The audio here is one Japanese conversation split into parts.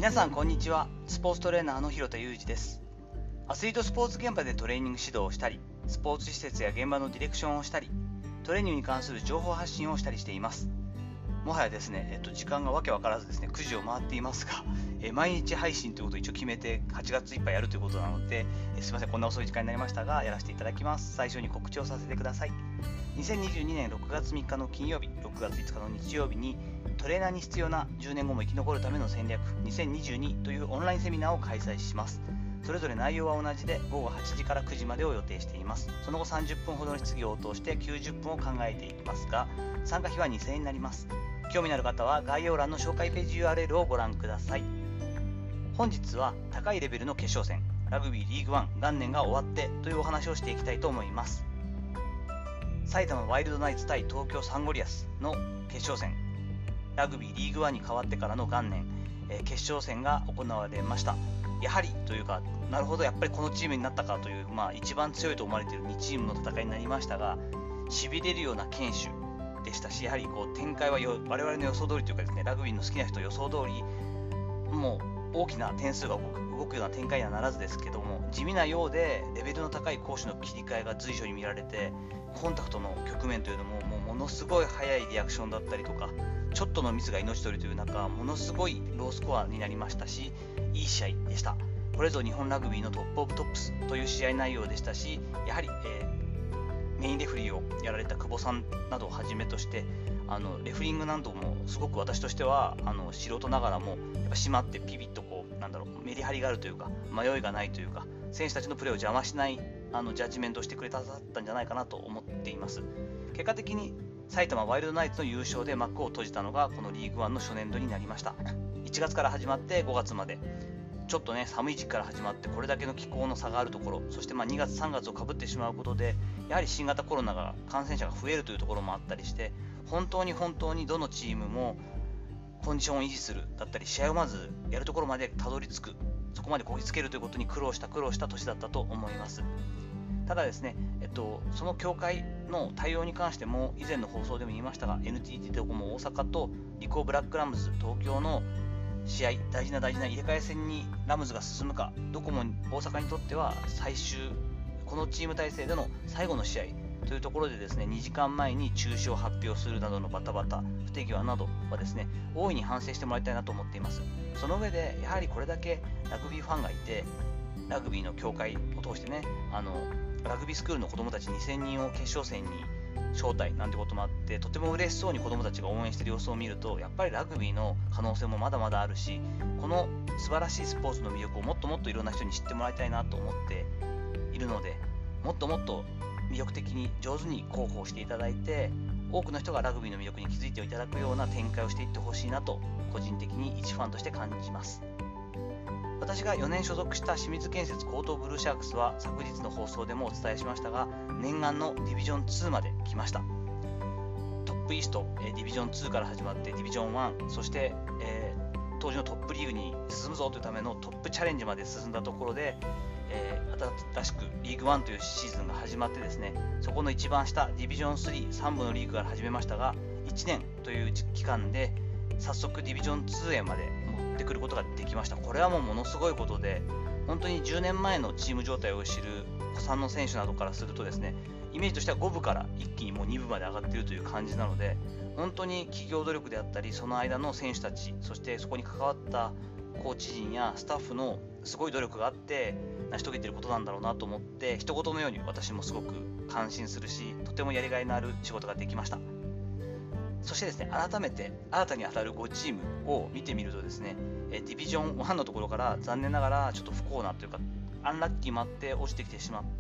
皆さんこんにちは。スポーツトレーナーの広田裕二です。アスリートスポーツ現場でトレーニング指導をしたり、スポーツ施設や現場のディレクションをしたり、トレーニングに関する情報発信をしたりしています。もはやですね、時間がわけわからずですね、9時を回っていますが、毎日配信ということを一応決めて8月いっぱいやるということなので、すいません、こんな遅い時間になりましたが、やらせていただきます。最初に告知をさせてください。2022年6月3日の金曜日、6月5日の日曜日に、トレーナーに必要な10年後も生き残るための戦略2022というオンラインセミナーを開催します。それぞれ内容は同じで午後8時から9時までを予定しています。その後30分ほどの質疑応答して90分を考えていきますが、参加費は2000円になります。興味のある方は概要欄の紹介ページ URL をご覧ください。本日は高いレベルの決勝戦、ラグビーリーグワン元年が終わってというお話をしていきたいと思います。埼玉ワイルドナイツ対東京サンゴリアスの決勝戦、ラグビーリーグワンに変わってからの元年、決勝戦が行われました。やはりというか、なるほど、やっぱりこのチームになったかという、一番強いと思われている2チームの戦いになりましたが、しびれるような堅守でしたし、やはり展開は我々の予想通りというかですね、ラグビーの好きな人予想通り、もう大きな点数が動くような展開にはならずですけども、地味なようでレベルの高い攻守の切り替えが随所に見られて、コンタクトの局面というのもものすごい速いリアクションだったりとか、ちょっとのミスが命取りという中、ものすごいロースコアになりましたし、いい試合でした。これぞ日本ラグビーのトップオブトップスという試合内容でしたし、やはり、メインレフリーをやられた久保さんなどをはじめとして、レフリングなどもすごく私としては素人ながらもやっぱ締まってピピッとメリハリがあるというか、迷いがないというか、選手たちのプレーを邪魔しないジャッジメントをしてくれたんじゃないかなと思っています。結果的に埼玉ワイルドナイツの優勝で幕を閉じたのがこのリーグワンの初年度になりました。1月から始まって5月まで、ちょっとね寒い時期から始まってこれだけの気候の差があるところ、そして2月3月をかぶってしまうことで、やはり新型コロナが感染者が増えるというところもあったりして、本当にどのチームもコンディションを維持するだったり、試合をまずやるところまでたどり着く、そこまでこぎつけるということに苦労した年だったと思います。ただですね、その協会の対応に関しても以前の放送でも言いましたが、 NTT ドコモ大阪とリコーブラックラムズ東京の試合、大事な入れ替え戦にラムズが進むか、ドコモ大阪にとってはこのチーム体制での最後の試合というところでですね、2時間前に中止を発表するなどのバタバタ不手際などはですね、大いに反省してもらいたいなと思っています。その上でやはりこれだけラグビーファンがいて、ラグビーの協会を通してね、ラグビースクールの子どもたち2000人を決勝戦に招待なんてこともあって、とても嬉しそうに子どもたちが応援している様子を見ると、やっぱりラグビーの可能性もまだまだあるし、この素晴らしいスポーツの魅力をもっといろんな人に知ってもらいたいなと思っているので、もっと魅力的に上手に広報していただいて、多くの人がラグビーの魅力に気づいていただくような展開をしていってほしいなと、個人的に一ファンとして感じます。私が4年所属した清水建設高等ブルーシャークスは、昨日の放送でもお伝えしましたが、念願のディビジョン2まで来ました。トップイースト、ディビジョン2から始まってディビジョン1、そして、当時のトップリーグに進むぞというためのトップチャレンジまで進んだところで、新しくリーグ1というシーズンが始まってですね、そこの一番下ディビジョン3、3部のリーグから始めましたが、1年という期間で早速ディビジョン2へまで持ってくることができました。これはものすごいことで、本当に10年前のチーム状態を知る子さんの選手などからするとですね、イメージとしては5部から一気にもう2部まで上がっているという感じなので、本当に企業努力であったり、その間の選手たち、そしてそこに関わったコーチ陣やスタッフのすごい努力があって成し遂げていることなんだろうなと思って、一言のように私もすごく感心するし、とてもやりがいのある仕事ができました。そしてですね、改めて新たに当たる5チームを見てみるとですね、ディビジョン1のところから残念ながらちょっと不幸なというか、アンラッキーもあって落ちてきてしまった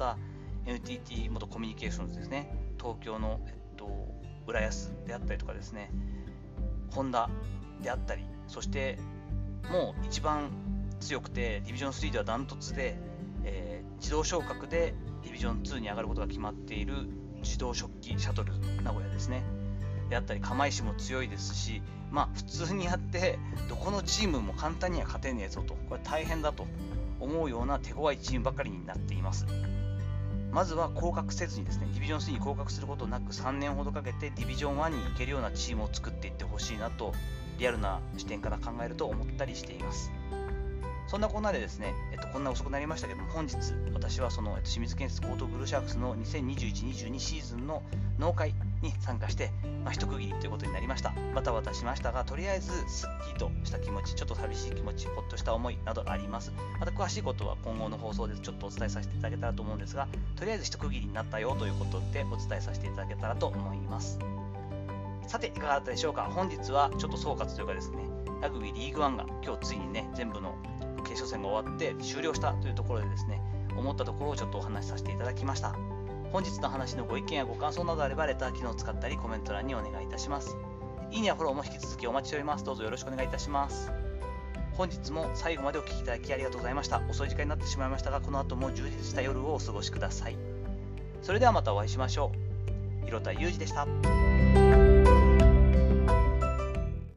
NTT 元コミュニケーションズですね、東京の、浦安であったりとかですね、ホンダであったり、そしてもう一番強くてディビジョン3ではダントツで、自動昇格でディビジョン2に上がることが決まっている自動食器シャトル名古屋ですねであったり、釜石も強いですし、普通にやってどこのチームも簡単には勝てねえぞと、これ大変だと思うような手強いチームばかりになっています。まずは降格せずにですね、ディビジョン3に降格することなく3年ほどかけてディビジョン1に行けるようなチームを作っていってほしいなと、リアルな視点から考えると思ったりしています。 そんなこんなでですね、こんな遅くなりましたけども、本日私はその、清水建設高等ブルーシャークスの2021-22シーズンの納会に参加して、一区切りということになりました。バタバタしましたが、とりあえずすっきりとした気持ち、ちょっと寂しい気持ち、ほっとした思いなどあります。また詳しいことは今後の放送でちょっとお伝えさせていただけたらと思うんですが、とりあえず一区切りになったよということでお伝えさせていただけたらと思います。さて、いかがだったでしょうか。本日はちょっと総括というかですね、ラグビーリーグワンが今日ついにね、全部の決勝戦が終わって終了したというところでですね、思ったところをちょっとお話しさせていただきました。本日の話のご意見やご感想などあればレター機能を使ったりコメント欄にお願いいたします。いいねやフォローも引き続きお待ちしております。どうぞよろしくお願いいたします。本日も最後までお聞きいただきありがとうございました。遅い時間になってしまいましたが、この後も充実した夜をお過ごしください。それではまたお会いしましょう。広田裕二でした。